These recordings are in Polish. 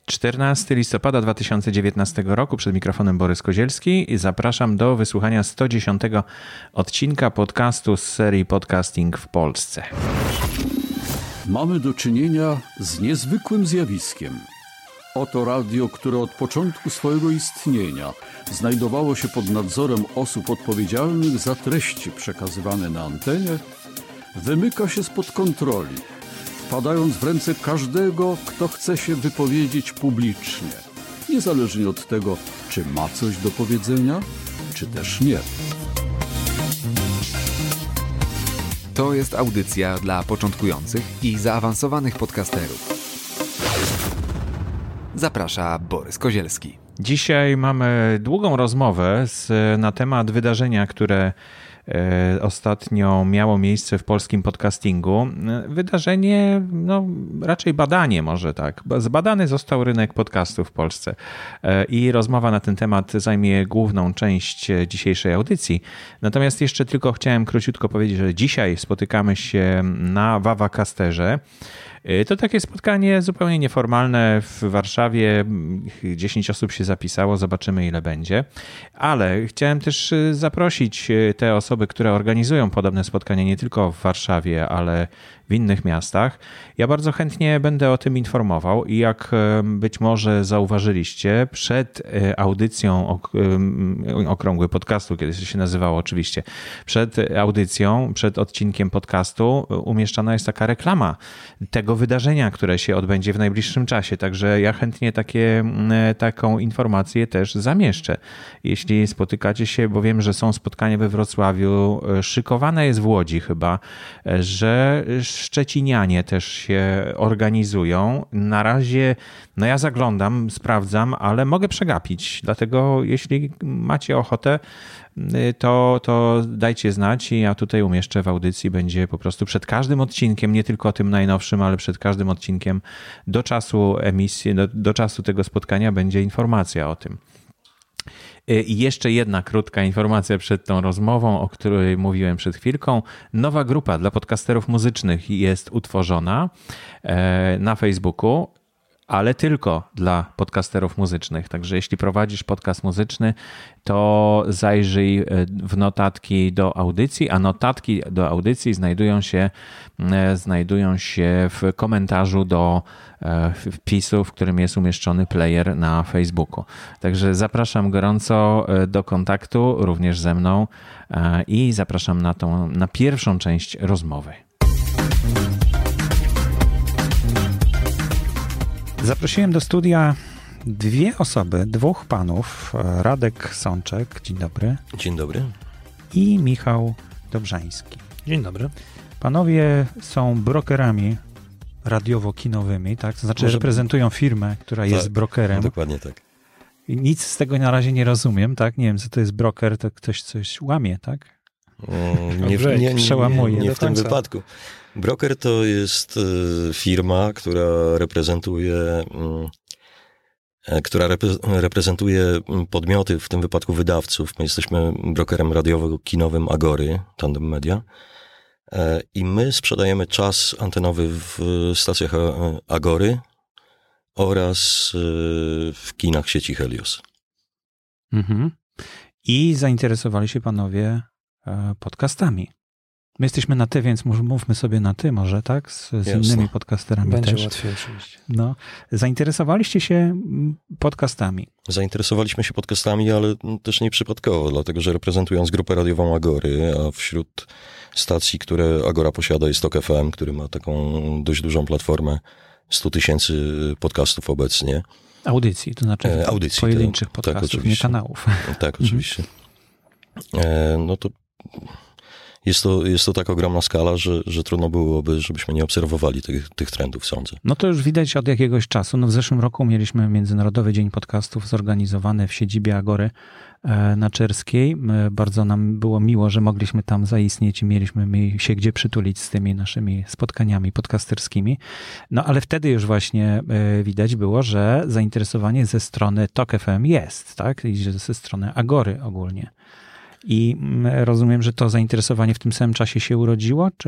14 listopada 2019 roku, przed mikrofonem Borys Kozielski i zapraszam do wysłuchania 110 odcinka podcastu z serii Podcasting w Polsce. Mamy do czynienia z niezwykłym zjawiskiem. Oto radio, które od początku swojego istnienia znajdowało się pod nadzorem osób odpowiedzialnych za treści przekazywane na antenie, wymyka się spod kontroli, wpadając w ręce każdego, kto chce się wypowiedzieć publicznie, niezależnie od tego, czy ma coś do powiedzenia, czy też nie. To jest audycja dla początkujących i zaawansowanych podcasterów. Zaprasza Borys Kozielski. Dzisiaj mamy długą rozmowę na temat wydarzenia, które ostatnio miało miejsce w polskim podcastingu. Wydarzenie, raczej badanie może tak. Zbadany został rynek podcastu w Polsce i rozmowa na ten temat zajmie główną część dzisiejszej audycji. Natomiast jeszcze tylko chciałem króciutko powiedzieć, że dzisiaj spotykamy się na Wawacasterze. To takie spotkanie zupełnie nieformalne w Warszawie. 10 osób się zapisało, zobaczymy ile będzie. Ale chciałem też zaprosić te osoby, które organizują podobne spotkania nie tylko w Warszawie, ale w innych miastach. Ja bardzo chętnie będę o tym informował i jak być może zauważyliście, przed audycją Okrągły Podcastu, kiedy to się nazywało oczywiście, przed audycją, przed odcinkiem podcastu umieszczana jest taka reklama tego wydarzenia, które się odbędzie w najbliższym czasie. Także ja chętnie taką informację też zamieszczę. Jeśli spotykacie się, bo wiem, że są spotkania we Wrocławiu, szykowane jest w Łodzi chyba, że szczecinianie też się organizują. Na razie, ja zaglądam, sprawdzam, ale mogę przegapić. Dlatego jeśli macie ochotę, to dajcie znać i ja tutaj umieszczę w audycji. Będzie po prostu przed każdym odcinkiem, nie tylko tym najnowszym, ale przed każdym odcinkiem do czasu emisji, do czasu tego spotkania będzie informacja o tym. I jeszcze jedna krótka informacja przed tą rozmową, o której mówiłem przed chwilką. Nowa grupa dla podcasterów muzycznych jest utworzona na Facebooku, ale tylko dla podcasterów muzycznych. Także jeśli prowadzisz podcast muzyczny, to zajrzyj w notatki do audycji, a notatki do audycji znajdują się w komentarzu do wpisu, w którym jest umieszczony player na Facebooku. Także zapraszam gorąco do kontaktu również ze mną i zapraszam na pierwszą część rozmowy. Zaprosiłem do studia dwóch panów. Radek Sączek, dzień dobry. Dzień dobry. I Michał Dobrzański. Dzień dobry. Panowie są brokerami radiowo-kinowymi, tak? To znaczy reprezentują firmę, która jest brokerem. Dokładnie tak. I nic z tego na razie nie rozumiem, tak? Nie wiem, co to jest broker, to ktoś coś łamie, tak? Przełamuje. Nie w tym wypadku. Broker to jest firma, która reprezentuje podmioty, w tym wypadku wydawców. My jesteśmy brokerem radiowo-kinowym Agory, Tandem Media. I my sprzedajemy czas antenowy w stacjach Agory oraz w kinach sieci Helios. Mhm. I zainteresowali się panowie podcastami. My jesteśmy na ty, więc mówmy sobie na ty może, tak? Z innymi podcasterami będzie też. Łatwiej oczywiście. Zainteresowaliście się podcastami. Zainteresowaliśmy się podcastami, ale też nie przypadkowo, dlatego że reprezentując grupę radiową Agory, a wśród stacji, które Agora posiada, jest TOK FM, który ma taką dość dużą platformę, 100 000 podcastów obecnie. Audycji, to znaczy pojedynczych podcastów, nie kanałów. Tak, oczywiście. No to jest to tak ogromna skala, że trudno byłoby, żebyśmy nie obserwowali tych trendów, sądzę. No to już widać od jakiegoś czasu. W zeszłym roku mieliśmy Międzynarodowy Dzień Podcastów zorganizowany w siedzibie Agory na Czerskiej. Bardzo nam było miło, że mogliśmy tam zaistnieć i mieliśmy się gdzie przytulić z tymi naszymi spotkaniami podcasterskimi. No ale wtedy już właśnie widać było, że zainteresowanie ze strony TOK FM jest, tak? I ze strony Agory ogólnie. I rozumiem, że to zainteresowanie w tym samym czasie się urodziło, czy?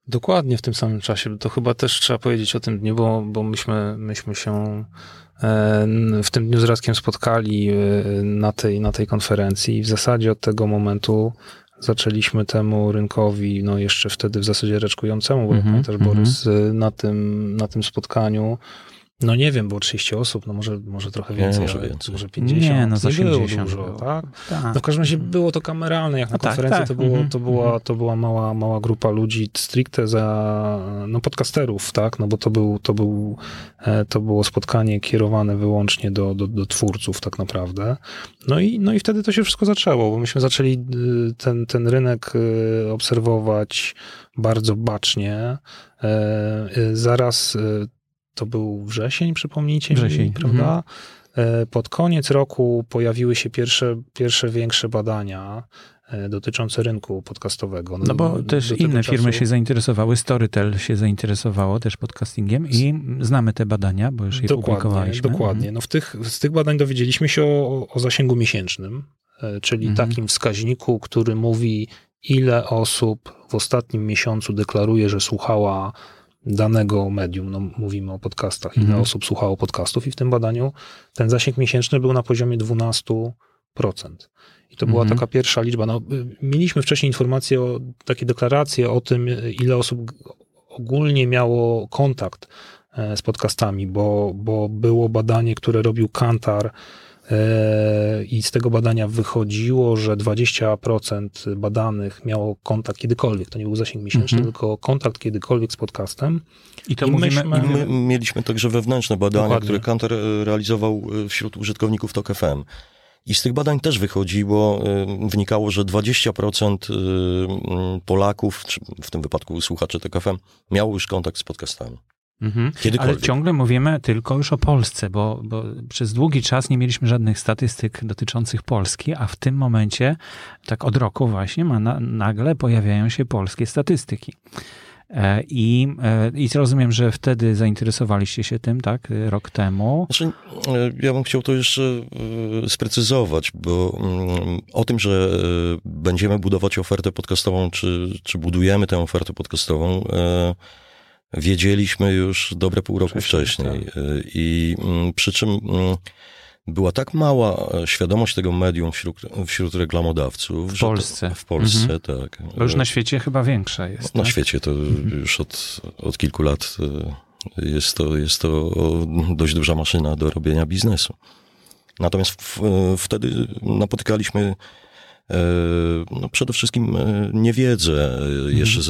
Dokładnie w tym samym czasie. To chyba też trzeba powiedzieć o tym dniu, bo myśmy się w tym dniu z Radkiem spotkali na tej konferencji i w zasadzie od tego momentu zaczęliśmy temu rynkowi, no jeszcze wtedy w zasadzie raczkującemu, bo pamiętasz, Borys, na tym spotkaniu, no nie wiem, było 30 osób, no może trochę więcej, może 50. Nie, no za 80 było dużo, było. tak? Tak. No w każdym razie było to kameralne, jak na konferencji to była mała grupa ludzi stricte podcasterów, tak? No bo to było spotkanie kierowane wyłącznie do twórców tak naprawdę. No i wtedy to się wszystko zaczęło, bo myśmy zaczęli ten rynek obserwować bardzo bacznie. Zaraz to był wrzesień, przypomnijcie mi, prawda? Pod koniec roku pojawiły się pierwsze większe badania dotyczące rynku podcastowego. No bo też inne firmy się zainteresowały, Storytel się zainteresowało też podcastingiem i znamy te badania, bo już je publikowaliśmy. Dokładnie. No z tych badań dowiedzieliśmy się o zasięgu miesięcznym, czyli takim wskaźniku, który mówi, ile osób w ostatnim miesiącu deklaruje, że słuchała danego medium, no mówimy o podcastach, ile osób słuchało podcastów i w tym badaniu ten zasięg miesięczny był na poziomie 12%. I to była taka pierwsza liczba. No, mieliśmy wcześniej informacje, takie deklaracje o tym, ile osób ogólnie miało kontakt z podcastami, bo było badanie, które robił Kantar i z tego badania wychodziło, że 20% badanych miało kontakt kiedykolwiek. To nie był zasięg miesięczny, tylko kontakt kiedykolwiek z podcastem. I to my mieliśmy także wewnętrzne badania, które Kantar realizował wśród użytkowników Tok FM. I z tych badań też wynikało, że 20% Polaków, czy w tym wypadku słuchaczy Tok FM, miało już kontakt z podcastami. Ale ciągle mówimy tylko już o Polsce, bo przez długi czas nie mieliśmy żadnych statystyk dotyczących Polski, a w tym momencie, tak od roku właśnie, nagle pojawiają się polskie statystyki. I rozumiem, że wtedy zainteresowaliście się tym, tak, rok temu. Znaczy, ja bym chciał to jeszcze sprecyzować, bo o tym, że będziemy budować ofertę podcastową, czy budujemy tę ofertę podcastową, wiedzieliśmy już dobre pół roku wcześniej. Tak. I przy czym była tak mała świadomość tego medium wśród reklamodawców. W Polsce, tak. Bo już na świecie chyba większa jest. Na świecie to już od kilku lat jest to dość duża maszyna do robienia biznesu. Natomiast wtedy napotykaliśmy przede wszystkim niewiedzę jeszcze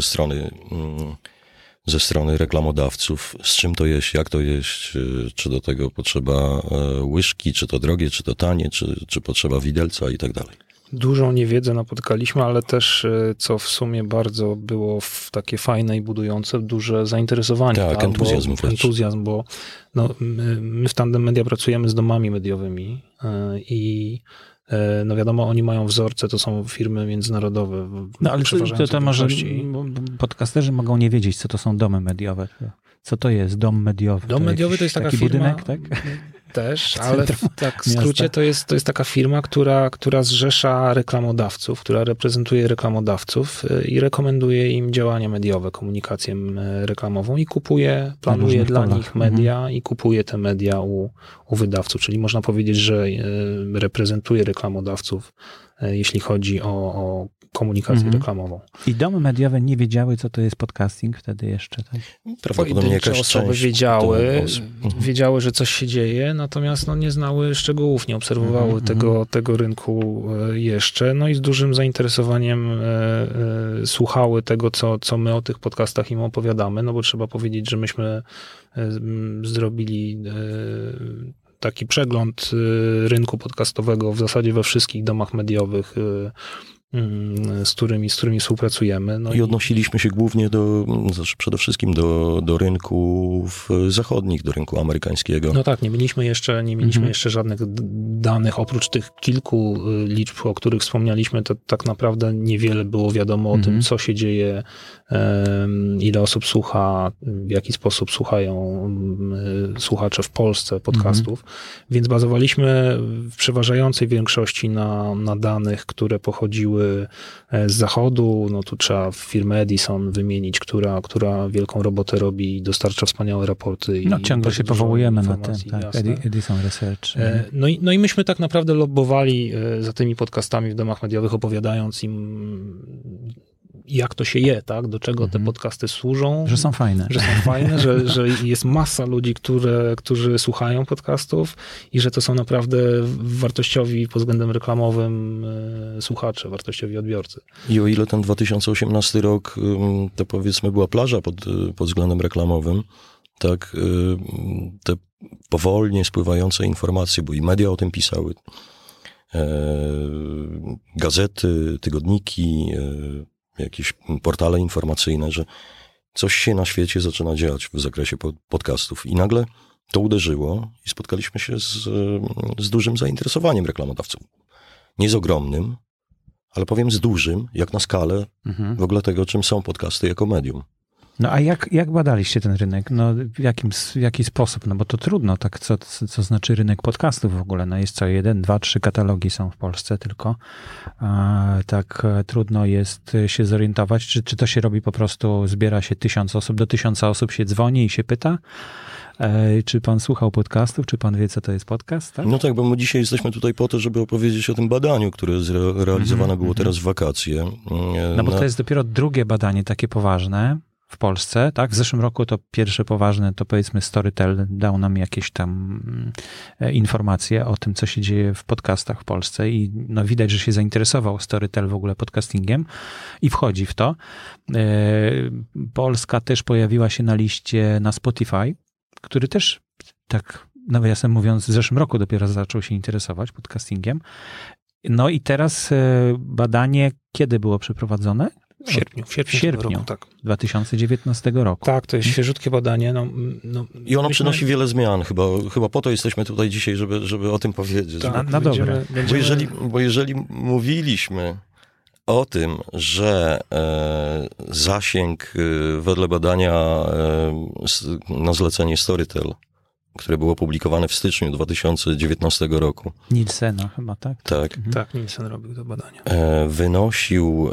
ze strony reklamodawców, z czym to jeść, jak to jeść, czy do tego potrzeba łyżki, czy to drogie, czy to tanie, czy potrzeba widelca i tak dalej. Dużą niewiedzę napotykaliśmy, ale też, co w sumie bardzo było takie fajne i budujące, duże zainteresowanie. Tak, entuzjazm, bo my w Tandem Media pracujemy z domami mediowymi i no wiadomo, oni mają wzorce, to są firmy międzynarodowe. No ale to może podcasterzy mogą nie wiedzieć, co to są domy mediowe. Co to jest dom mediowy? Dom mediowy to jest taka firma, budynek, tak? Też, ale w skrócie to jest taka firma, która zrzesza reklamodawców, która reprezentuje reklamodawców i rekomenduje im działania mediowe, komunikację reklamową i planuje dla nich media i kupuje te media u wydawców. Czyli można powiedzieć, że reprezentuje reklamodawców, jeśli chodzi o komunikację reklamową. I domy mediowe nie wiedziały, co to jest podcasting wtedy jeszcze, tak? Pojedyncze osoby wiedziały, że coś się dzieje, natomiast nie znały szczegółów, nie obserwowały tego rynku jeszcze, no i z dużym zainteresowaniem słuchały tego, co my o tych podcastach im opowiadamy, no bo trzeba powiedzieć, że myśmy zrobili taki przegląd rynku podcastowego w zasadzie we wszystkich domach mediowych, z którymi współpracujemy. No I odnosiliśmy się głównie przede wszystkim do rynków zachodnich, do rynku amerykańskiego. No tak, nie mieliśmy jeszcze żadnych danych, oprócz tych kilku liczb, o których wspomnieliśmy, to tak naprawdę niewiele było wiadomo o tym, co się dzieje, ile osób słucha, w jaki sposób słuchają słuchacze w Polsce podcastów, więc bazowaliśmy w przeważającej większości na danych, które pochodziły przyjechały z zachodu. No tu trzeba firmę Edison wymienić, która wielką robotę robi i dostarcza wspaniałe raporty. No ciągle się powołujemy na ten, tak, Edison Research. No i myśmy tak naprawdę lobbowali za tymi podcastami w domach mediowych, opowiadając im, jak to się je, tak? Do czego te podcasty służą. Że są fajne. Że jest masa ludzi, którzy słuchają podcastów i że to są naprawdę wartościowi pod względem reklamowym słuchacze, wartościowi odbiorcy. I o ile ten 2018 rok to powiedzmy była plaża pod względem reklamowym, tak te powolnie spływające informacje, bo i media o tym pisały, gazety, tygodniki, jakieś portale informacyjne, że coś się na świecie zaczyna dziać w zakresie podcastów. I nagle to uderzyło i spotkaliśmy się z dużym zainteresowaniem reklamodawców. Nie z ogromnym, ale powiem z dużym, jak na skalę w ogóle tego, czym są podcasty jako medium. No a jak badaliście ten rynek? No w jaki sposób? No bo to trudno, tak co znaczy rynek podcastów w ogóle? No jest co 1, 2, 3 katalogi są w Polsce tylko. Tak trudno jest się zorientować, czy to się robi po prostu, zbiera się 1000 osób, do 1000 osób się dzwoni i się pyta, czy pan słuchał podcastów, czy pan wie, co to jest podcast? Tak? No tak, bo my dzisiaj jesteśmy tutaj po to, żeby opowiedzieć o tym badaniu, które realizowane było teraz w wakacje. No bo to jest dopiero drugie badanie takie poważne w Polsce, tak? W zeszłym roku to pierwsze poważne, to powiedzmy Storytel dał nam jakieś tam informacje o tym, co się dzieje w podcastach w Polsce i no widać, że się zainteresował Storytel w ogóle podcastingiem i wchodzi w to. Polska też pojawiła się na liście na Spotify, który też tak nawiasem mówiąc w zeszłym roku dopiero zaczął się interesować podcastingiem. No i teraz badanie kiedy było przeprowadzone? W sierpniu roku, tak. 2019 roku. Tak, to jest świeżutkie badanie. I ono przynosi wiele zmian. Chyba po to jesteśmy tutaj dzisiaj, żeby o tym powiedzieć. Tak, na dobre. Bo jeżeli mówiliśmy o tym, że zasięg wedle badania na zlecenie Storytel, które było publikowane w styczniu 2019 roku. Nielsena chyba, tak? Tak, Nielsen robił to badanie. Wynosił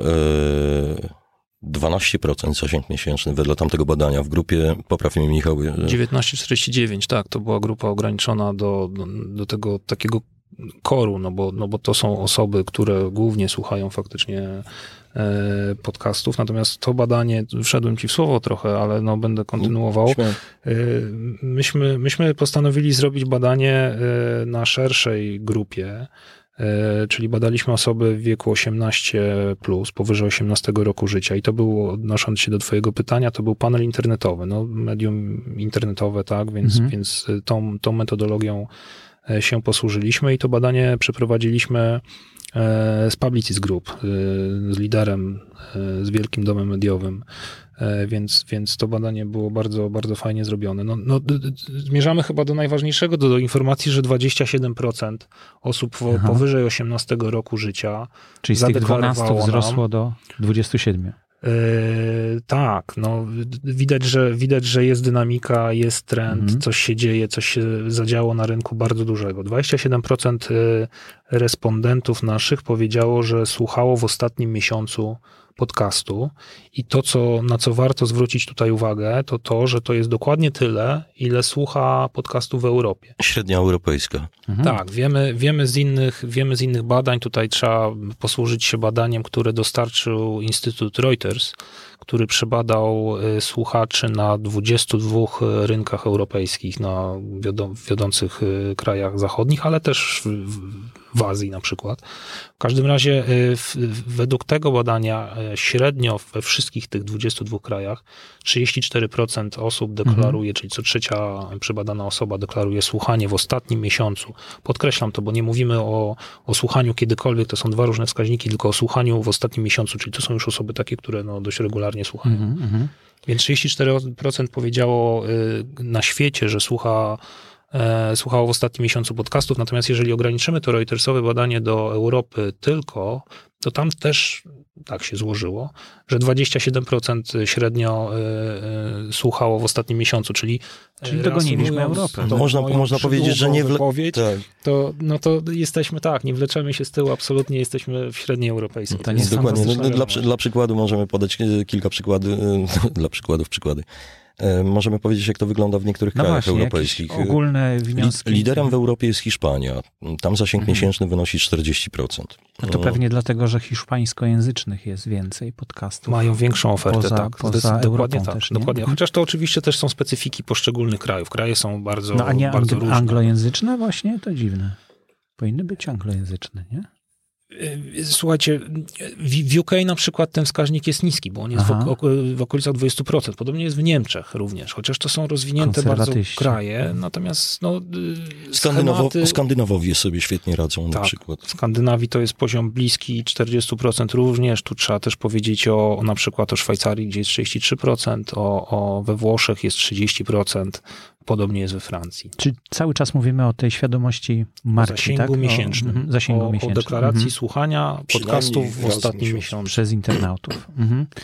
12% zasięg miesięczny wedle tamtego badania w grupie, popraw mnie Michał. 19,49, tak, to była grupa ograniczona do tego takiego koru, no bo to są osoby, które głównie słuchają faktycznie podcastów, natomiast to badanie, wszedłem ci w słowo trochę, ale no będę kontynuował. Myśmy postanowili zrobić badanie na szerszej grupie, czyli badaliśmy osoby w wieku 18+, powyżej 18 roku życia i to było, odnosząc się do twojego pytania, to był panel internetowy, no medium internetowe, tak, więc tą metodologią się posłużyliśmy i to badanie przeprowadziliśmy z Publicis Group, z liderem, z wielkim domem mediowym, więc to badanie było bardzo, bardzo fajnie zrobione. Zmierzamy chyba do najważniejszego, do informacji, że 27% osób powyżej 18 roku życia czyli z tych 12 wzrosło do 27. Tak, no widać, że jest dynamika, jest trend, coś się dzieje, coś się zadziało na rynku bardzo dużego. 27% respondentów naszych powiedziało, że słuchało w ostatnim miesiącu podcastu i na co warto zwrócić tutaj uwagę, to, że to jest dokładnie tyle, ile słucha podcastu w Europie. Średnia europejska. Tak, wiemy z innych badań, tutaj trzeba posłużyć się badaniem, które dostarczył Instytut Reuters, który przebadał słuchaczy na 22 rynkach europejskich, na wiodących krajach zachodnich, ale też w Azji na przykład. W każdym razie według tego badania średnio we wszystkich tych 22 krajach 34% osób deklaruje, czyli co trzecia przebadana osoba deklaruje słuchanie w ostatnim miesiącu. Podkreślam to, bo nie mówimy o słuchaniu kiedykolwiek, to są dwa różne wskaźniki, tylko o słuchaniu w ostatnim miesiącu, czyli to są już osoby takie, które dość regularnie słuchają. Więc 34% powiedziało na świecie, że słucha słuchało w ostatnim miesiącu podcastów, natomiast jeżeli ograniczymy to Reutersowe badanie do Europy tylko, to tam też tak się złożyło, że 27% średnio słuchało w ostatnim miesiącu, czyli dogoniliśmy Europę. Można powiedzieć, że nie to jesteśmy nie wleczemy się z tyłu, absolutnie jesteśmy w średniej europejskiej. To nie jest dokładnie. Dla przykładu możemy podać kilka przykłady. Możemy powiedzieć, jak to wygląda w niektórych krajach europejskich. Ogólne wnioski. Liderem w Europie jest Hiszpania. Tam zasięg miesięczny wynosi 40%. A to pewnie dlatego, że hiszpańskojęzycznych jest więcej podcastów. Mają większą ofertę, poza dokładnie tak. Też, dokładnie. Chociaż to oczywiście też są specyfiki poszczególnych krajów. Kraje są bardzo, a nie bardzo różne. Anglojęzyczne właśnie? To dziwne. Powinny być anglojęzyczne, nie? Słuchajcie, w UK na przykład ten wskaźnik jest niski, bo on jest w okolicach 20%. Podobnie jest w Niemczech również, chociaż to są rozwinięte bardzo kraje. Natomiast Skandynawowie sobie świetnie radzą na przykład. W Skandynawii to jest poziom bliski 40% również. Tu trzeba też powiedzieć na przykład o Szwajcarii, gdzie jest 63%, we Włoszech jest 30%. Podobnie jest we Francji. Czyli cały czas mówimy o tej świadomości marki, zasięgu miesięcznym. O deklaracji słuchania podcastów w ostatnim miesiącu. Przez internautów. Tak.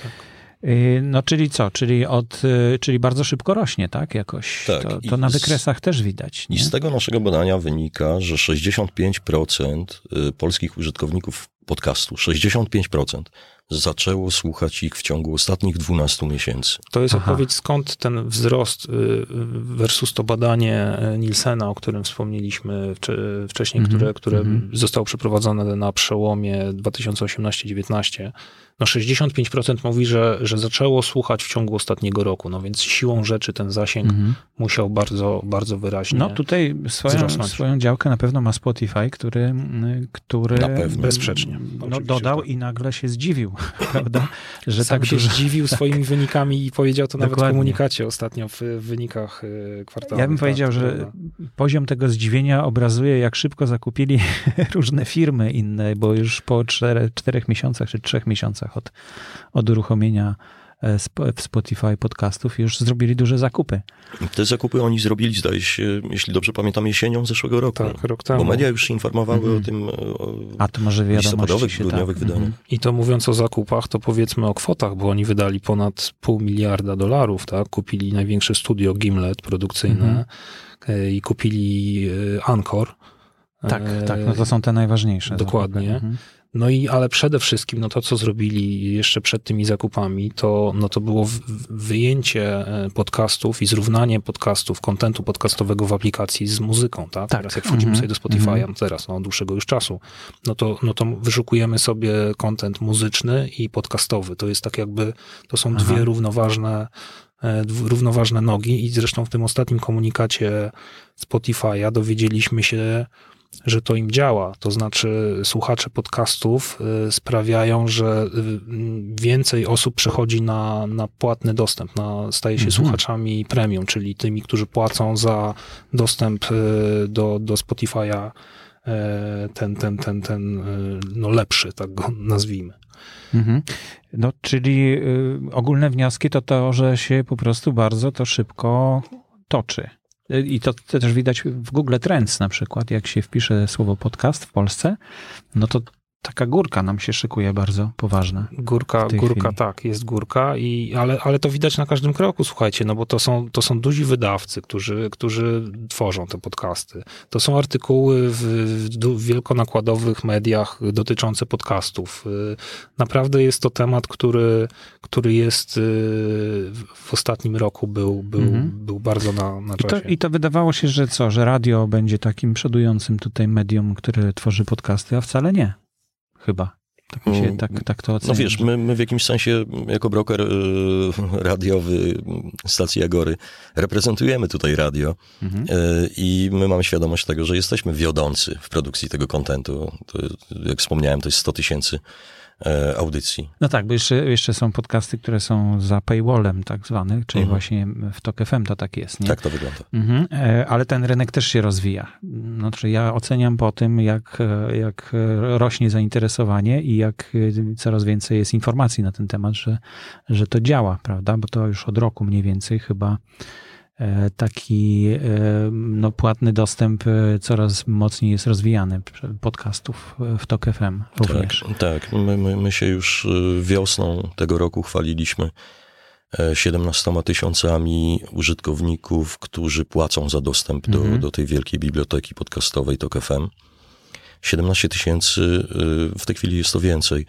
No czyli co? Czyli bardzo szybko rośnie, tak? Jakoś. Tak. To na wykresach też widać. Nie? I z tego naszego badania wynika, że 65% polskich użytkowników podcastu, 65% zaczęło słuchać ich w ciągu ostatnich 12 miesięcy. To jest odpowiedź, skąd ten wzrost versus to badanie Nielsena, o którym wspomnieliśmy wcześniej, które zostało przeprowadzone na przełomie 2018-19. No 65% mówi, że zaczęło słuchać w ciągu ostatniego roku, no więc siłą rzeczy ten zasięg musiał bardzo, bardzo wyraźnie tutaj swoją działkę na pewno ma Spotify, który na pewno. Bezsprzecznie. Dodał i nagle się zdziwił, prawda? Że sam się zdziwił swoimi wynikami i powiedział to nawet w komunikacie ostatnio w wynikach kwartału. Ja bym powiedział, że poziom tego zdziwienia obrazuje, jak szybko zakupili różne firmy inne, bo już po 4 miesiącach czy 3 miesiącach od uruchomienia w Spotify podcastów już zrobili duże zakupy. Te zakupy oni zrobili, zdaje się, jeśli dobrze pamiętam, jesienią zeszłego roku. Tak, rok temu. Bo media już informowały o tym to może listopadowych, grudniowych wydaniach. I to mówiąc o zakupach, to powiedzmy o kwotach, bo oni wydali ponad $500 miliarda, tak? Kupili największe studio Gimlet produkcyjne i kupili Anchor. Tak, no to są te najważniejsze. Dokładnie. No ale przede wszystkim, to co zrobili jeszcze przed tymi zakupami, to było wyjęcie podcastów i zrównanie podcastów, kontentu podcastowego w aplikacji z muzyką, tak? Teraz jak wchodzimy sobie do Spotify'a, teraz od dłuższego już czasu, no to wyszukujemy sobie kontent muzyczny i podcastowy. To jest tak jakby, to są dwie równoważne nogi i zresztą w tym ostatnim komunikacie Spotify'a dowiedzieliśmy się, że to im działa. To znaczy słuchacze podcastów sprawiają, że więcej osób przechodzi na płatny dostęp, staje się słuchaczami premium, czyli tymi, którzy płacą za dostęp do Spotify'a ten lepszy, tak go nazwijmy. No, czyli ogólne wnioski to, że się po prostu bardzo to szybko toczy. I to też widać w Google Trends na przykład, jak się wpisze słowo podcast w Polsce, no to taka górka nam się szykuje bardzo poważna. Górka, tak, jest górka, ale to widać na każdym kroku, słuchajcie, no bo to są duzi wydawcy, którzy tworzą te podcasty. To są artykuły w wielkonakładowych mediach dotyczące podcastów. Naprawdę jest to temat, który jest w ostatnim roku był bardzo na czasie. I to wydawało się, że radio będzie takim przodującym tutaj medium, które tworzy podcasty, a wcale nie. Chyba. Tak to oceniam. No wiesz, my w jakimś sensie jako broker radiowy stacji Agory reprezentujemy tutaj radio i my mamy świadomość tego, że jesteśmy wiodący w produkcji tego kontentu. Jak wspomniałem, to jest 100 000 audycji. No tak, bo jeszcze są podcasty, które są za paywallem tak zwanych, czyli właśnie w Tok FM to tak jest, nie? Tak to wygląda. Ale ten rynek też się rozwija. Znaczy ja oceniam po tym, jak rośnie zainteresowanie i jak coraz więcej jest informacji na ten temat, że to działa, prawda? Bo to już od roku mniej więcej chyba taki płatny dostęp coraz mocniej jest rozwijany podcastów w TOK FM również. Tak. My się już wiosną tego roku chwaliliśmy 17 000 użytkowników, którzy płacą za dostęp do tej wielkiej biblioteki podcastowej TOK FM. 17 000, w tej chwili jest to więcej,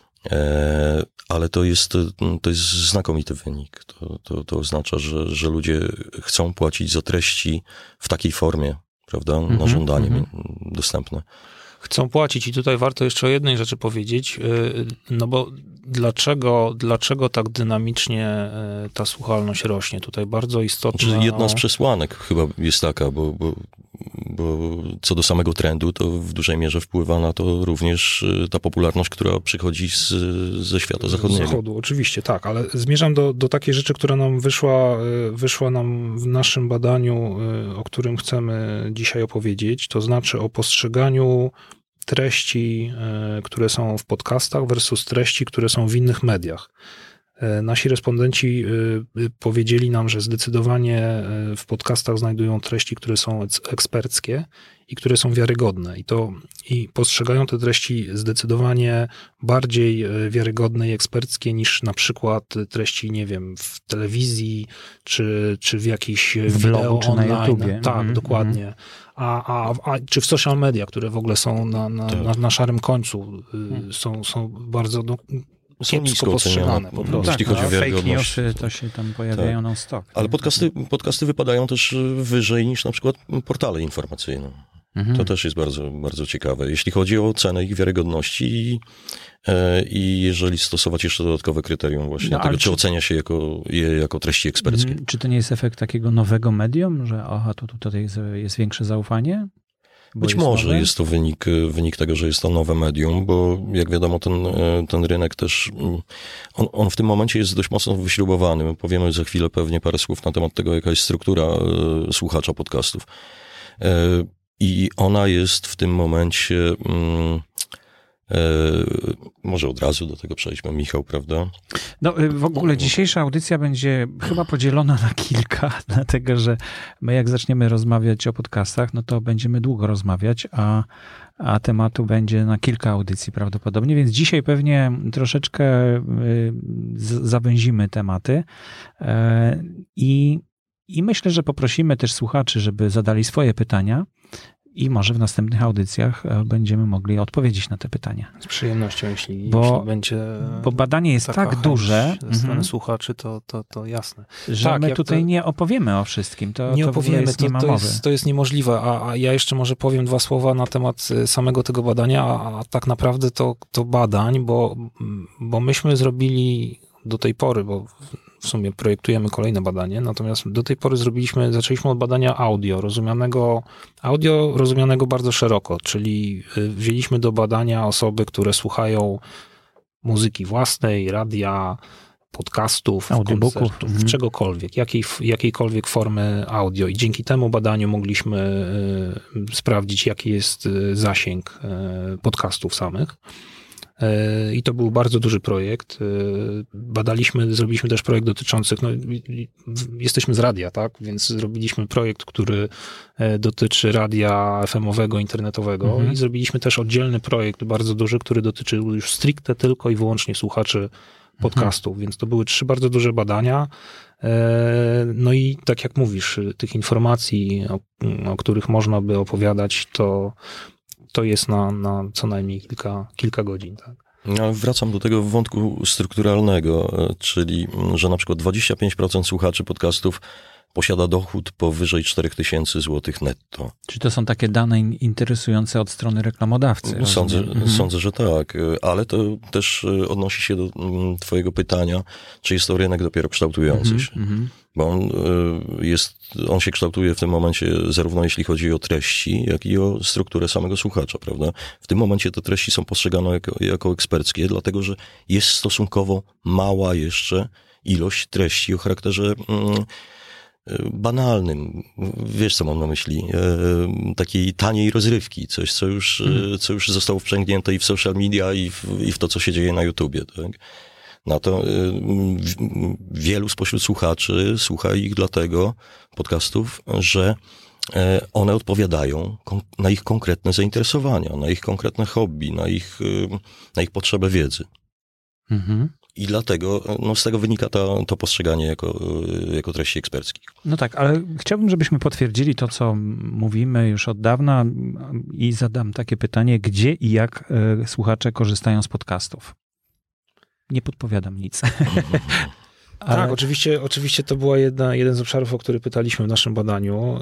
ale to jest znakomity wynik. To oznacza, że ludzie chcą płacić za treści w takiej formie, prawda, na żądanie dostępne. Chcą płacić i tutaj warto jeszcze o jednej rzeczy powiedzieć, no bo dlaczego tak dynamicznie ta słuchalność rośnie? Tutaj bardzo istotna... Jedna z przesłanek chyba jest taka, bo co do samego trendu, to w dużej mierze wpływa na to również ta popularność, która przychodzi ze świata zachodniego. Z zachodu, oczywiście, tak, ale zmierzam do takiej rzeczy, która nam wyszła nam w naszym badaniu, o którym chcemy dzisiaj opowiedzieć, to znaczy o postrzeganiu treści, które są w podcastach versus treści, które są w innych mediach. Nasi respondenci powiedzieli nam, że zdecydowanie w podcastach znajdują treści, które są eksperckie i które są wiarygodne. I postrzegają te treści zdecydowanie bardziej wiarygodne i eksperckie niż na przykład treści, nie wiem, w telewizji czy w jakichś vlogu, czy online. na YouTubie. Tak, dokładnie. Czy w social media, które w ogóle są na szarym końcu, są bardzo... Są nisko postrzegane po prostu. Jeśli chodzi o wiarygodność. Fake newsy to się tam pojawiają non-stop. Ale podcasty wypadają też wyżej niż na przykład portale informacyjne. To też jest bardzo, bardzo ciekawe. Jeśli chodzi o cenę ich wiarygodności i jeżeli stosować jeszcze dodatkowe kryterium właśnie tego, czy ocenia się je jako treści eksperckie. Czy to nie jest efekt takiego nowego medium, że to tutaj jest większe zaufanie? Być może jest to wynik tego, że jest to nowe medium, bo jak wiadomo ten rynek też, on w tym momencie jest dość mocno wyśrubowany. My powiemy za chwilę pewnie parę słów na temat tego, jaka jest struktura słuchacza podcastów. I ona jest w tym momencie, może od razu do tego przejdźmy, Michał, prawda? No w ogóle dzisiejsza audycja będzie chyba podzielona na kilka, dlatego że my jak zaczniemy rozmawiać o podcastach, no to będziemy długo rozmawiać, a tematu będzie na kilka audycji prawdopodobnie, więc dzisiaj pewnie troszeczkę zawęzimy tematy i myślę, że poprosimy też słuchaczy, żeby zadali swoje pytania i może w następnych audycjach będziemy mogli odpowiedzieć na te pytania. Z przyjemnością, jeśli będzie... Bo badanie jest tak duże... Ze strony słuchaczy, to jasne. Że tak, my tutaj nie opowiemy o wszystkim. Nie opowiemy, to jest niemożliwe. A ja jeszcze może powiem 2 słowa na temat samego tego badania, a tak naprawdę to badań, bo myśmy zrobili do tej pory, bo w sumie projektujemy kolejne badanie, natomiast do tej pory zaczęliśmy od badania audio rozumianego bardzo szeroko, czyli wzięliśmy do badania osoby, które słuchają muzyki własnej, radia, podcastów, audiobooków, czegokolwiek, jakiejkolwiek formy audio i dzięki temu badaniu mogliśmy sprawdzić, jaki jest zasięg podcastów samych. I to był bardzo duży projekt. Zrobiliśmy też projekt dotyczący, jesteśmy z radia, tak? Więc zrobiliśmy projekt, który dotyczy radia FM-owego, internetowego i zrobiliśmy też oddzielny projekt bardzo duży, który dotyczył już stricte tylko i wyłącznie słuchaczy podcastów, więc to były 3 bardzo duże badania. No i tak jak mówisz, tych informacji, o których można by opowiadać, to jest na co najmniej kilka godzin. Tak? No, wracam do tego wątku strukturalnego, czyli że na przykład 25% słuchaczy podcastów posiada dochód powyżej 4000 zł netto. Czy to są takie dane interesujące od strony reklamodawcy? Sądzę, że tak, ale to też odnosi się do twojego pytania, czy jest to rynek dopiero kształtujący się. Bo on się kształtuje w tym momencie zarówno jeśli chodzi o treści, jak i o strukturę samego słuchacza, prawda? W tym momencie te treści są postrzegane jako eksperckie, dlatego że jest stosunkowo mała jeszcze ilość treści o charakterze banalnym. Wiesz, co mam na myśli? Takiej taniej rozrywki. Coś, co już zostało wprzęgnięte i w social media, i w to, co się dzieje na YouTubie, tak? na to. Wielu spośród słuchaczy słucha ich dlatego, podcastów, że one odpowiadają na ich konkretne zainteresowania, na ich konkretne hobby, na ich potrzebę wiedzy. Mhm. I dlatego z tego wynika to postrzeganie jako treści eksperckich. No tak, ale chciałbym, żebyśmy potwierdzili to, co mówimy już od dawna i zadam takie pytanie, gdzie i jak słuchacze korzystają z podcastów? Nie podpowiadam nic. Ale... Tak, oczywiście to była jeden z obszarów, o który pytaliśmy w naszym badaniu.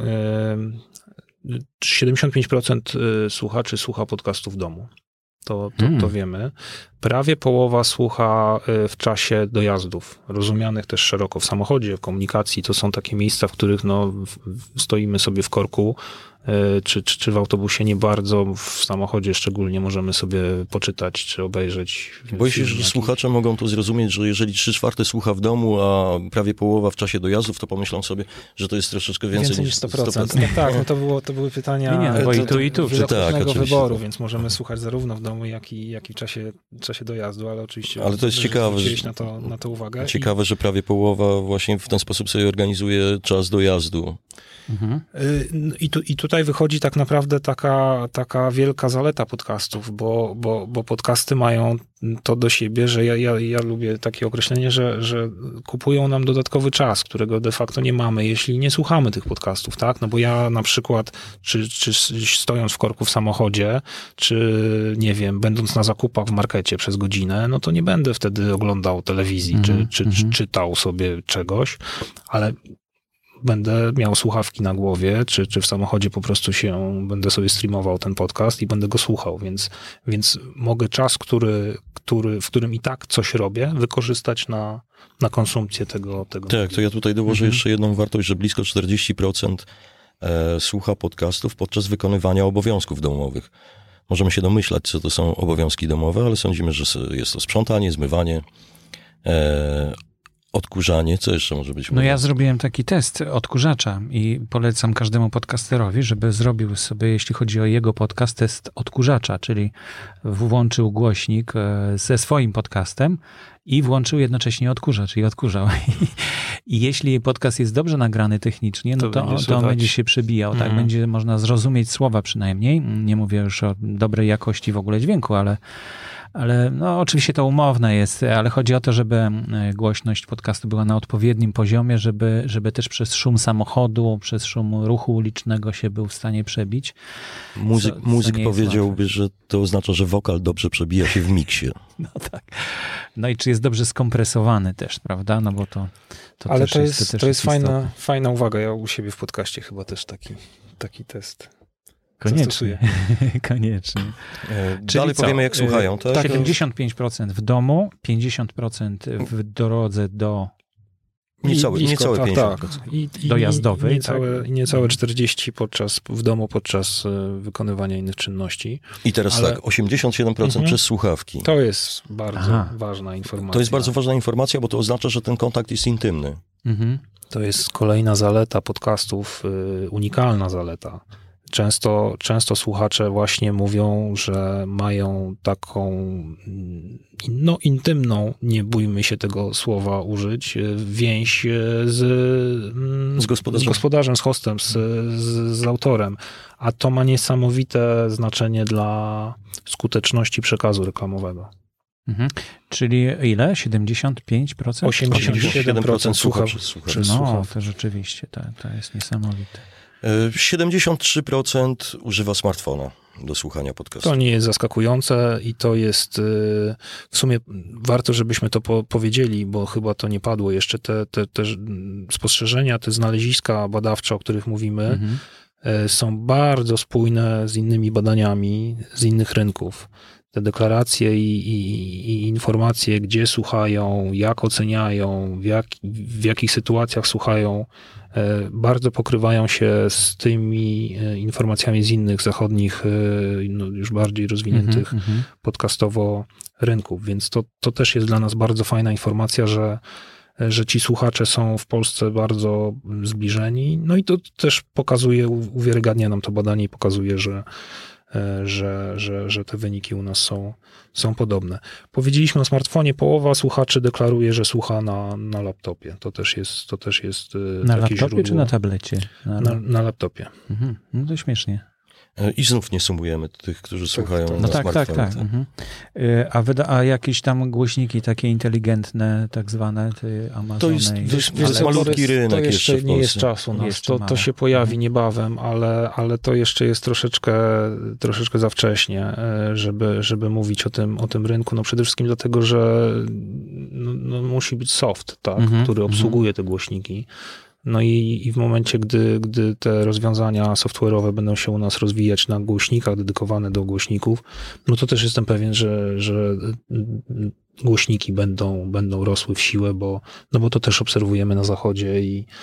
75% słuchaczy słucha podcastów w domu. To wiemy. Prawie połowa słucha w czasie dojazdów, rozumianych też szeroko w samochodzie, w komunikacji. To są takie miejsca, w których stoimy sobie w korku, czy w autobusie nie bardzo, w samochodzie szczególnie możemy sobie poczytać, czy obejrzeć. Boję się, że słuchacze mogą to zrozumieć, że jeżeli 3/4 słucha w domu, a prawie połowa w czasie dojazdów, to pomyślą sobie, że to jest troszeczkę więcej niż 100%. Tak, to były pytania bo i tu. wielokrotnego wyboru, więc możemy słuchać zarówno w domu, jak i w czasie dojazdu, ale oczywiście... Ale to jest ciekawe, na to uwagę. Ciekawe, że prawie połowa właśnie w ten sposób sobie organizuje czas dojazdu. Mhm. I tutaj wychodzi tak naprawdę taka wielka zaleta podcastów, bo podcasty mają to do siebie, że ja lubię takie określenie, że kupują nam dodatkowy czas, którego de facto nie mamy, jeśli nie słuchamy tych podcastów, tak? No bo ja na przykład, czy stojąc w korku w samochodzie, czy nie wiem, będąc na zakupach w markecie przez godzinę, no to nie będę wtedy oglądał telewizji, czy czytał sobie czegoś, ale będę miał słuchawki na głowie, czy w samochodzie po prostu będę sobie streamował ten podcast i będę go słuchał, więc mogę czas, w którym i tak coś robię, wykorzystać na konsumpcję tego. Tak, to ja tutaj dołożę jeszcze jedną wartość, że blisko 40% słucha podcastów podczas wykonywania obowiązków domowych. Możemy się domyślać, co to są obowiązki domowe, ale sądzimy, że jest to sprzątanie, zmywanie, odkurzanie, co jeszcze może być? No ja zrobiłem taki test odkurzacza i polecam każdemu podcasterowi, żeby zrobił sobie, jeśli chodzi o jego podcast, test odkurzacza, czyli włączył głośnik ze swoim podcastem i włączył jednocześnie odkurzacz i odkurzał. I jeśli podcast jest dobrze nagrany technicznie, no to on będzie się przebijał, tak? Będzie można zrozumieć słowa przynajmniej. Nie mówię już o dobrej jakości w ogóle dźwięku, ale no oczywiście to umowne jest, ale chodzi o to, żeby głośność podcastu była na odpowiednim poziomie, żeby też przez szum samochodu, przez szum ruchu ulicznego się był w stanie przebić. Muzyk powiedziałby, że to oznacza, że wokal dobrze przebija się w miksie. No tak. No i czy jest dobrze skompresowany też, prawda? No bo to ale to jest fajna uwaga. Ja u siebie w podcaście chyba też taki test. Koniecznie. Dalej powiemy, jak słuchają. Tak? 75% w domu, 50% w drodze do... Niecałe 50%. Tak. Dojazdowej. Niecałe 40% w domu podczas wykonywania innych czynności. I teraz tak, 87% przez słuchawki. To jest bardzo ważna informacja. To jest bardzo ważna informacja, bo to oznacza, że ten kontakt jest intymny. To jest kolejna zaleta podcastów, unikalna zaleta. Często słuchacze właśnie mówią, że mają taką intymną, nie bójmy się tego słowa użyć, więź z gospodarzem, z hostem, z autorem. A to ma niesamowite znaczenie dla skuteczności przekazu reklamowego. Czyli ile? 75%? 87% słuchaczy. No, to rzeczywiście, to jest niesamowite. 73% używa smartfona do słuchania podcastu. To nie jest zaskakujące i to jest w sumie warto, żebyśmy to powiedzieli, bo chyba to nie padło jeszcze. Te spostrzeżenia, te znaleziska badawcze, o których mówimy, są bardzo spójne z innymi badaniami z innych rynków. Te deklaracje i informacje, gdzie słuchają, jak oceniają, w jakich sytuacjach słuchają, bardzo pokrywają się z tymi informacjami z innych zachodnich, już bardziej rozwiniętych podcastowo rynków. Więc to też jest dla nas bardzo fajna informacja, że ci słuchacze są w Polsce bardzo zbliżeni. No i to też pokazuje, uwiarygadnia nam to badanie i pokazuje, że te wyniki u nas są podobne. Powiedzieliśmy o smartfonie, połowa słuchaczy deklaruje, że słucha na laptopie. To też jest na takie laptopie źródło. Czy na tablecie? Na laptopie. Mhm. No to śmiesznie. I znów nie sumujemy tych, którzy słuchają na tak. smartfonach. Mhm. A jakieś tam głośniki takie inteligentne, tak zwane, Amazony? To jest malutki rynek to jeszcze w nie Polsce. jest czas u nas. To się pojawi niebawem, ale to jeszcze jest troszeczkę za wcześnie, żeby mówić o tym rynku. No przede wszystkim dlatego, że no musi być soft, tak, który obsługuje te głośniki. No i w momencie, gdy te rozwiązania software'owe będą się u nas rozwijać na głośnikach dedykowane do głośników, no to też jestem pewien, że głośniki będą rosły w siłę, bo to też obserwujemy na zachodzie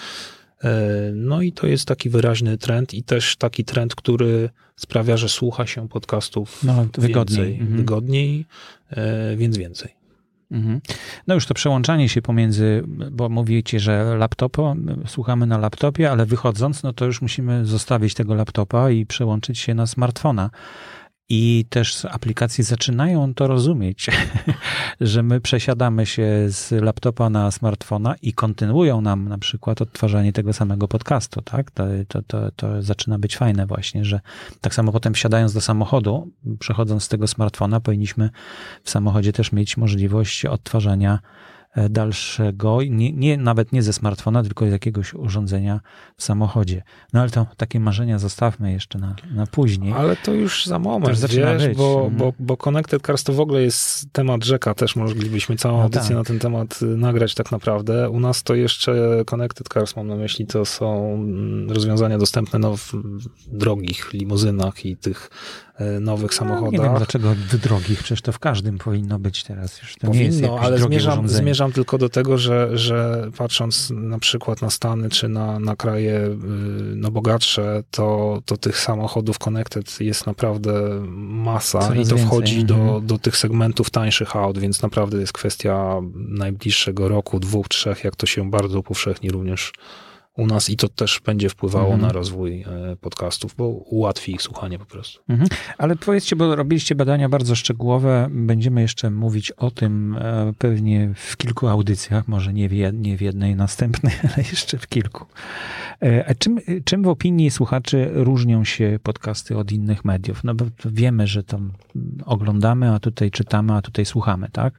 i to jest taki wyraźny trend i też taki trend, który sprawia, że słucha się podcastów wygodniej, więc więcej. No już to przełączanie się pomiędzy, bo mówicie, że słuchamy na laptopie, ale wychodząc, no to już musimy zostawić tego laptopa i przełączyć się na smartfona. I też aplikacje zaczynają to rozumieć, że my przesiadamy się z laptopa na smartfona i kontynuują nam na przykład odtwarzanie tego samego podcastu, tak? To zaczyna być fajne właśnie, że tak samo potem wsiadając do samochodu, przechodząc z tego smartfona, powinniśmy w samochodzie też mieć możliwość odtwarzania dalszego, nawet nie ze smartfona, tylko z jakiegoś urządzenia w samochodzie. No ale to takie marzenia zostawmy jeszcze na później. Ale to już za moment, bo Connected Cars to w ogóle jest temat rzeka, też moglibyśmy całą audycję na ten temat nagrać tak naprawdę. U nas to jeszcze Connected Cars, mam na myśli, to są rozwiązania dostępne w drogich limuzynach i tych nowych samochodach. Nie wiem dlaczego w drogich, przecież to w każdym powinno być teraz już. To powinno, nie jest ale zmierzam tylko do tego, że patrząc na przykład na Stany czy na kraje bogatsze, to tych samochodów Connected jest naprawdę masa. Coraz i to wchodzi do tych segmentów tańszych aut, więc naprawdę jest kwestia najbliższego roku, 2, 3, jak to się bardzo upowszechni również u nas i to też będzie wpływało na rozwój podcastów, bo ułatwi ich słuchanie po prostu. Ale powiedzcie, bo robiliście badania bardzo szczegółowe, będziemy jeszcze mówić o tym pewnie w kilku audycjach, może nie w jednej następnej, ale jeszcze w kilku. A czym w opinii słuchaczy różnią się podcasty od innych mediów? No bo wiemy, że tam oglądamy, a tutaj czytamy, a tutaj słuchamy, tak?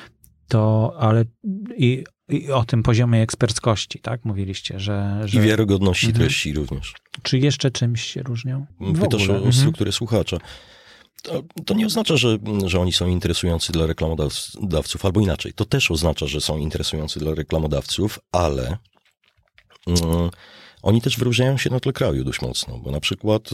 Ale i o tym poziomie eksperckości, tak? Mówiliście, że... I wiarygodności treści również. Czy jeszcze czymś się różnią? Pytasz o strukturę słuchacza. To nie oznacza, że oni są interesujący dla reklamodawców, albo inaczej. To też oznacza, że są interesujący dla reklamodawców, ale oni też wyróżniają się na tle kraju dość mocno, bo na przykład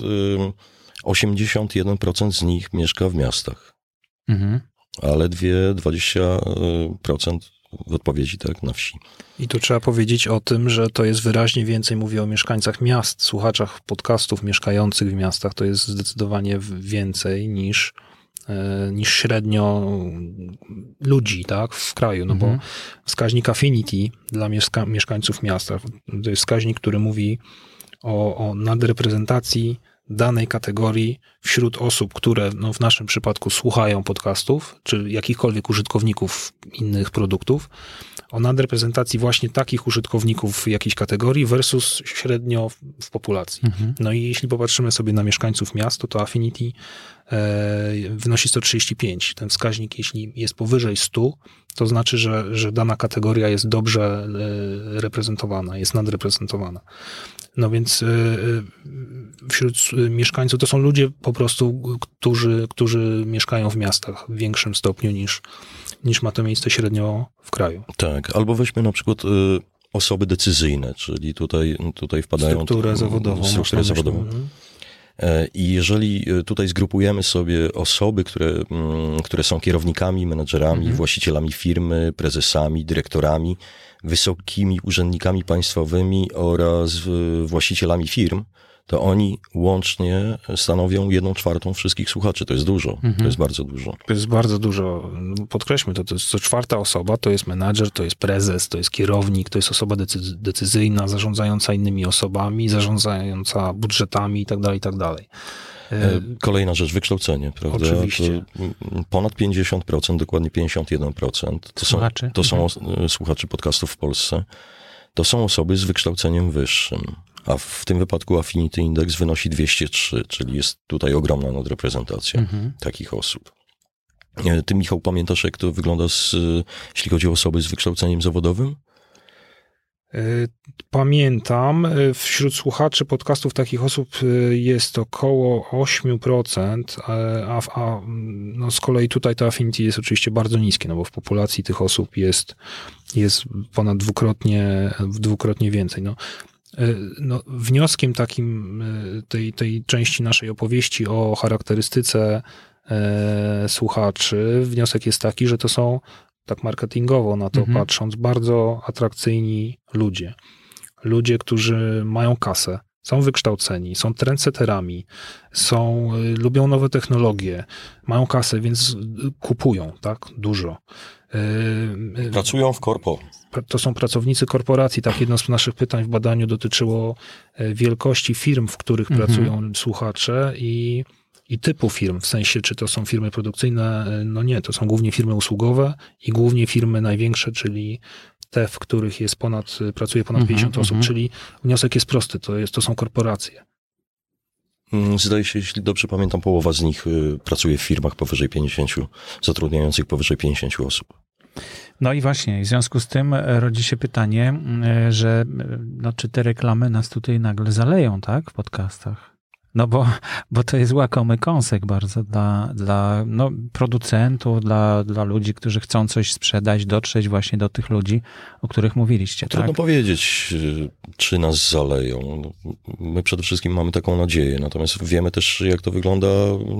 81% z nich mieszka w miastach, a ledwie 20% w odpowiedzi na wsi. I tu trzeba powiedzieć o tym, że to jest wyraźnie więcej, mówię o mieszkańcach miast, słuchaczach podcastów mieszkających w miastach, to jest zdecydowanie więcej niż średnio ludzi, tak, w kraju, no bo wskaźnik Affinity dla mieszkańców miasta, to jest wskaźnik, który mówi o nadreprezentacji danej kategorii wśród osób, które w naszym przypadku słuchają podcastów, czy jakichkolwiek użytkowników innych produktów, o nadreprezentacji właśnie takich użytkowników jakiejś kategorii versus średnio w populacji. No i jeśli popatrzymy sobie na mieszkańców miast, to Affinity wynosi 135. Ten wskaźnik, jeśli jest powyżej 100, to znaczy, że dana kategoria jest dobrze reprezentowana, jest nadreprezentowana. No więc wśród mieszkańców to są ludzie po prostu, którzy mieszkają w miastach w większym stopniu niż ma to miejsce średnio w kraju. Tak, albo weźmy na przykład osoby decyzyjne, czyli tutaj wpadają... Strukturę zawodową. I jeżeli tutaj zgrupujemy sobie osoby, które są kierownikami, menedżerami, właścicielami firmy, prezesami, dyrektorami, wysokimi urzędnikami państwowymi oraz właścicielami firm, to oni łącznie stanowią 1/4 wszystkich słuchaczy. To jest dużo. To jest bardzo dużo. To jest bardzo dużo. Podkreślmy to jest co 4. osoba, to jest menadżer, to jest prezes, to jest kierownik, to jest osoba decyzyjna, zarządzająca innymi osobami, zarządzająca budżetami itd., itd. Kolejna rzecz, wykształcenie, prawda? Oczywiście. To ponad 50%, dokładnie 51%. To są słuchaczy podcastów w Polsce. To są osoby z wykształceniem wyższym. A w tym wypadku Affinity Index wynosi 203, czyli jest tutaj ogromna nadreprezentacja takich osób. Ty, Michał, pamiętasz, jak to wygląda, jeśli chodzi o osoby z wykształceniem zawodowym? Pamiętam, wśród słuchaczy podcastów takich osób jest około 8%, a no z kolei tutaj to affinity jest oczywiście bardzo niskie, no bo w populacji tych osób jest ponad dwukrotnie więcej. No, wnioskiem takim tej części naszej opowieści o charakterystyce słuchaczy, wniosek jest taki, że to są, tak marketingowo na to patrząc, bardzo atrakcyjni ludzie. Ludzie, którzy mają kasę, są wykształceni, są trendsetterami, lubią nowe technologie, mają kasę, więc kupują, tak, dużo. Pracują w korpo. To są pracownicy korporacji. Tak, jedno z naszych pytań w badaniu dotyczyło wielkości firm, w których pracują słuchacze i typu firm, w sensie, czy to są firmy produkcyjne. No nie, to są głównie firmy usługowe i głównie firmy największe, czyli te, w których pracuje ponad 50 osób, czyli wniosek jest prosty, to są korporacje. Zdaje się, jeśli dobrze pamiętam, połowa z nich pracuje w firmach powyżej 50, zatrudniających powyżej 50 osób. No i właśnie, w związku z tym rodzi się pytanie, że czy te reklamy nas tutaj nagle zaleją, tak, w podcastach? No bo to jest łakomy kąsek bardzo dla producentów, dla ludzi, którzy chcą coś sprzedać, dotrzeć właśnie do tych ludzi, o których mówiliście. Trudno tak? powiedzieć, czy nas zaleją. My przede wszystkim mamy taką nadzieję, natomiast wiemy też, jak to wygląda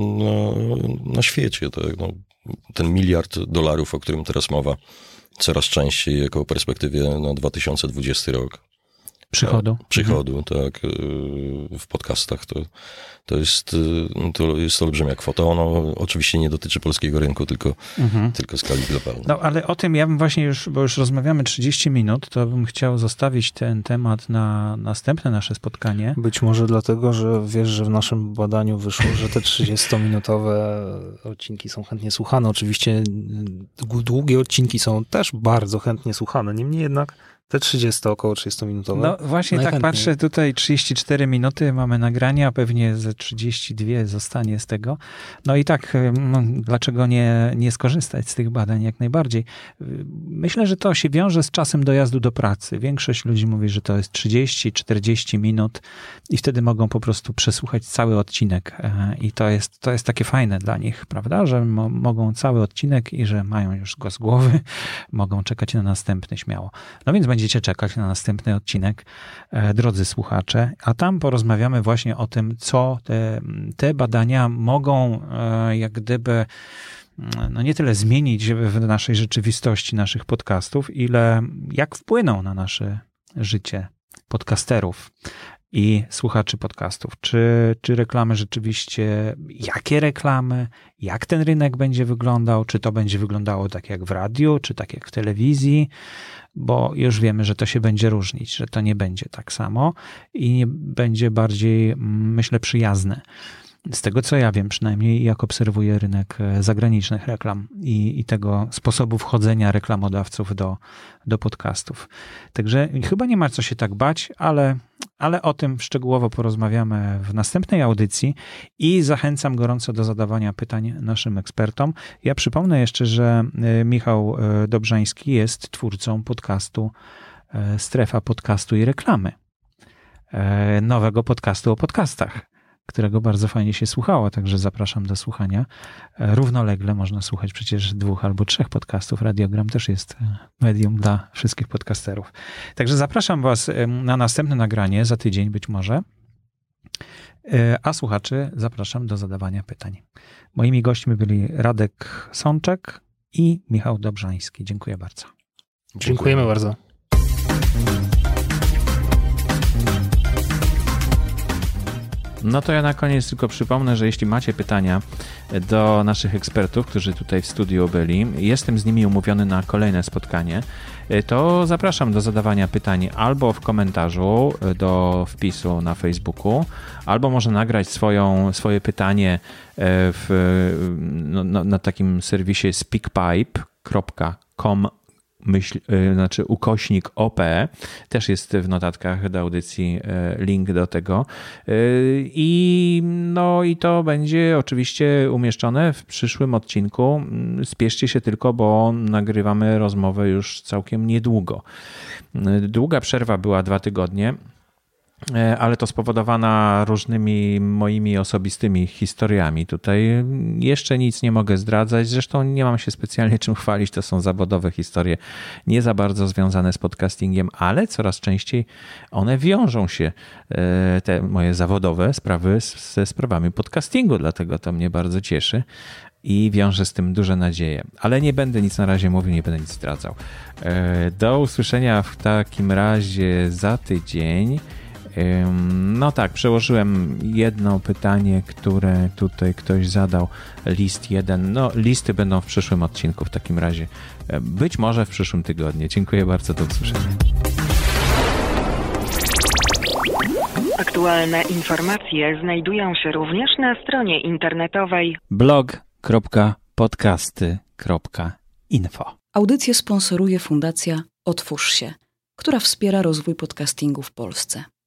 na świecie. Tak? Ten $1 miliard, o którym teraz mowa, coraz częściej jako perspektywie na 2020 rok. Przychodu, tak, w podcastach to jest olbrzymia kwota. Ono oczywiście nie dotyczy polskiego rynku, tylko skali globalnej. No, ale o tym ja bym właśnie bo już rozmawiamy 30 minut, to bym chciał zostawić ten temat na następne nasze spotkanie. Być może dlatego, że wiesz, że w naszym badaniu wyszło, że te 30-minutowe odcinki są chętnie słuchane. Oczywiście długie odcinki są też bardzo chętnie słuchane, niemniej jednak te 30, około 30-minutowe. No właśnie tak patrzę, tutaj 34 minuty mamy nagrania, pewnie ze 32 zostanie z tego. No i tak, dlaczego nie skorzystać z tych badań jak najbardziej? Myślę, że to się wiąże z czasem dojazdu do pracy. Większość ludzi mówi, że to jest 30-40 minut i wtedy mogą po prostu przesłuchać cały odcinek. I to jest takie fajne dla nich, prawda? Że mogą cały odcinek i że mają już go z głowy, mogą czekać na następny śmiało. No więc będziecie czekać na następny odcinek, drodzy słuchacze, a tam porozmawiamy właśnie o tym, co te badania mogą jak gdyby nie tyle zmienić w naszej rzeczywistości, naszych podcastów, ile jak wpłyną na nasze życie podcasterów i słuchaczy podcastów. Czy reklamy rzeczywiście, jakie reklamy, jak ten rynek będzie wyglądał, czy to będzie wyglądało tak jak w radiu, czy tak jak w telewizji, bo już wiemy, że to się będzie różnić, że to nie będzie tak samo i będzie bardziej, myślę, przyjazne. Z tego, co ja wiem, przynajmniej jak obserwuję rynek zagranicznych reklam i tego sposobu wchodzenia reklamodawców do podcastów. Także chyba nie ma co się tak bać, ale o tym szczegółowo porozmawiamy w następnej audycji i zachęcam gorąco do zadawania pytań naszym ekspertom. Ja przypomnę jeszcze, że Michał Dobrzański jest twórcą podcastu Strefa Podcastu i Reklamy. Nowego podcastu o podcastach, którego bardzo fajnie się słuchało, także zapraszam do słuchania. Równolegle można słuchać przecież 2 albo 3 podcastów. Radiogram też jest medium dla wszystkich podcasterów. Także zapraszam was na następne nagranie za tydzień być może, a słuchaczy zapraszam do zadawania pytań. Moimi gośćmi byli Radek Sączek i Michał Dobrzański. Dziękuję bardzo. Dziękujemy bardzo. No to ja na koniec tylko przypomnę, że jeśli macie pytania do naszych ekspertów, którzy tutaj w studiu byli, jestem z nimi umówiony na kolejne spotkanie, to zapraszam do zadawania pytań albo w komentarzu do wpisu na Facebooku, albo może nagrać swoje pytanie na takim serwisie speakpipe.com /OP, też jest w notatkach do audycji link do tego i to będzie oczywiście umieszczone w przyszłym odcinku. Spieszcie się tylko, bo nagrywamy rozmowę już całkiem niedługo. Długa przerwa była 2 tygodnie, ale to spowodowana różnymi moimi osobistymi historiami. Tutaj jeszcze nic nie mogę zdradzać, zresztą nie mam się specjalnie czym chwalić, to są zawodowe historie, nie za bardzo związane z podcastingiem, ale coraz częściej one wiążą się, te moje zawodowe sprawy, ze sprawami podcastingu, dlatego to mnie bardzo cieszy i wiążę z tym duże nadzieje. Ale nie będę nic na razie mówił, nie będę nic zdradzał. Do usłyszenia w takim razie za tydzień. No tak, przełożyłem jedno pytanie, które tutaj ktoś zadał, list 1. No, listy będą w przyszłym odcinku w takim razie. Być może w przyszłym tygodniu. Dziękuję bardzo, do usłyszenia. Aktualne informacje znajdują się również na stronie internetowej blog.podcasty.info. Audycję sponsoruje Fundacja Otwórz się, która wspiera rozwój podcastingu w Polsce.